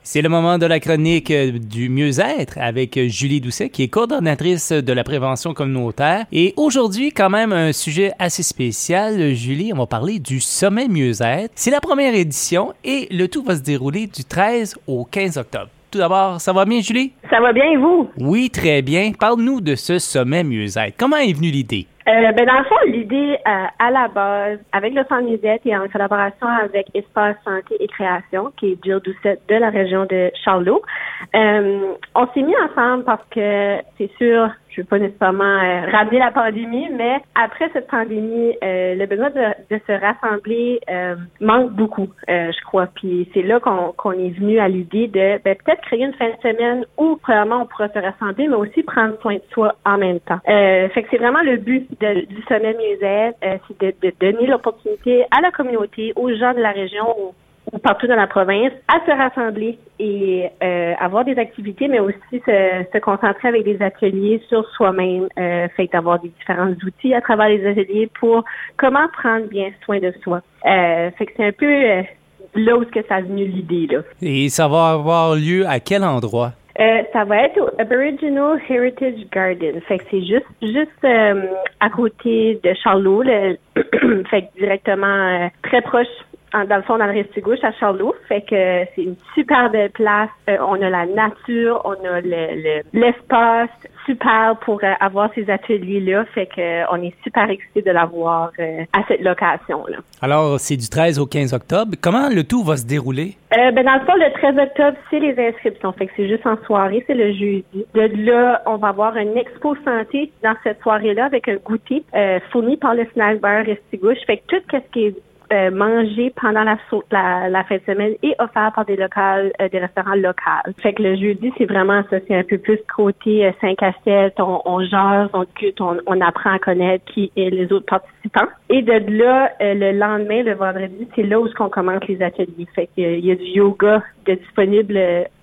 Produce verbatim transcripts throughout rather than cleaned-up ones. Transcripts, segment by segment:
C'est le moment de la chronique du mieux-être avec Julie Doucet, qui est coordonnatrice de la prévention communautaire. Et aujourd'hui, quand même, un sujet assez spécial. Julie, on va parler du sommet mieux-être. C'est la première édition et le tout va se dérouler du treize au quinze octobre. Tout d'abord, ça va bien, Julie? Ça va bien, et vous? Oui, très bien. Parle-nous de ce sommet mieux-être. Comment est venue l'idée? Euh, ben dans le fond, l'idée euh, à la base, avec le Centre Mieux-être et en collaboration avec Espace Santé et Création, qui est Jill Doucet de la région de Charlot, euh, on s'est mis ensemble parce que c'est sûr, je ne veux pas nécessairement euh, ramener la pandémie, mais après cette pandémie, euh, le besoin de, de se rassembler euh, manque beaucoup, euh, je crois. Puis c'est là qu'on, qu'on est venu à l'idée de ben, peut-être créer une fin de semaine où premièrement on pourra se rassembler, mais aussi prendre soin de soi en même temps. Euh, fait que c'est vraiment le but de, du sommet mieux-être, euh, c'est de, de donner l'opportunité à la communauté, aux gens de la région, ou, ou partout dans la province, à se rassembler et euh, avoir des activités, mais aussi se, se concentrer avec des ateliers sur soi-même, euh, fait d'avoir des différents outils à travers les ateliers pour comment prendre bien soin de soi. Euh, fait que c'est un peu euh, là où est-ce que ça a venu l'idée, là. Et ça va avoir lieu à quel endroit? Euh, ça va être au Aboriginal Heritage Garden. Fait que c'est juste juste euh, à côté de Charlot, le fait que directement euh, très proche, en, dans le fond, dans le Restigouche à Charlot. Fait que euh, c'est une super belle place. Euh, on a la nature, on a le, le l'espace super pour euh, avoir ces ateliers-là. Fait que euh, on est super excités de l'avoir euh, à cette location-là. Alors, c'est du treize au quinze octobre. Comment le tout va se dérouler? Euh, ben dans le fond, le treize octobre, c'est les inscriptions. Fait que c'est juste en soirée, c'est le jeudi. De là, on va avoir une expo santé dans cette soirée-là avec un goûter euh, fourni par le snack bar Restigouche. Fait que tout ce qui est Euh, manger pendant la, la la fin de semaine est offert par des locales, euh, des restaurants locaux. Fait que le jeudi, c'est vraiment ça, c'est un peu plus côté euh, cinq assiettes, on, on jase, on discute, on, on apprend à connaître qui est les autres participants. Et de là, euh, le lendemain, le vendredi, c'est là où on commence les ateliers. Fait qu'il y a du yoga de disponible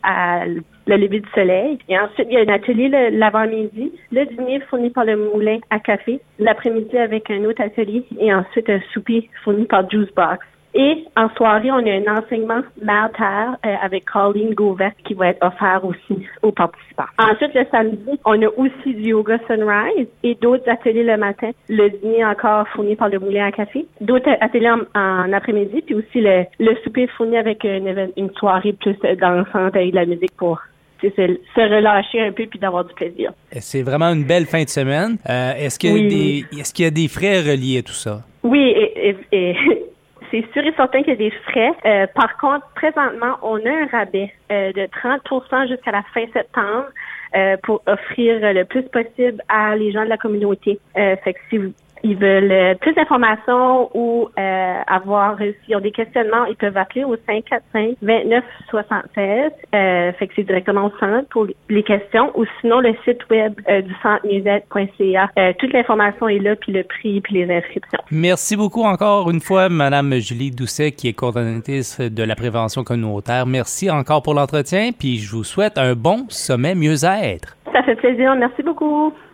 à le lever du soleil. Et ensuite, il y a un atelier le, l'avant-midi, le dîner fourni par le moulin à café, l'après-midi avec un autre atelier et ensuite un souper fourni par Juice Box. Et en soirée, on a un enseignement Maltaire euh, avec Colleen Gauvert qui va être offert aussi aux participants. Ensuite, le samedi, on a aussi du yoga sunrise et d'autres ateliers le matin. Le dîner encore fourni par le moulin à café. D'autres ateliers en, en après-midi, puis aussi le, le souper fourni avec une, une soirée plus dansante avec de la musique pour se, se relâcher un peu puis d'avoir du plaisir. C'est vraiment une belle fin de semaine. Euh, est-ce qu'il y a oui. des, est-ce qu'il y a des frais reliés à tout ça? Oui, et, et, et c'est sûr et certain qu'il y a des frais. Euh, par contre, présentement, on a un rabais euh, de trente pour cent jusqu'à la fin septembre euh, pour offrir le plus possible à les gens de la communauté. Euh, fait que si vous ils veulent plus d'informations ou euh, avoir, s'ils ont des questionnements, ils peuvent appeler au cinq quatre cinq, deux neuf sept six. Euh, fait que c'est directement au centre pour les questions ou sinon le site web euh, du centre mieux-être point c a. Euh, toute l'information est là, puis le prix, puis les inscriptions. Merci beaucoup encore une fois, Madame Julie Doucet, qui est coordonnatrice de la prévention communautaire. Merci encore pour l'entretien, puis je vous souhaite un bon sommet mieux-être. Ça fait plaisir. Merci beaucoup.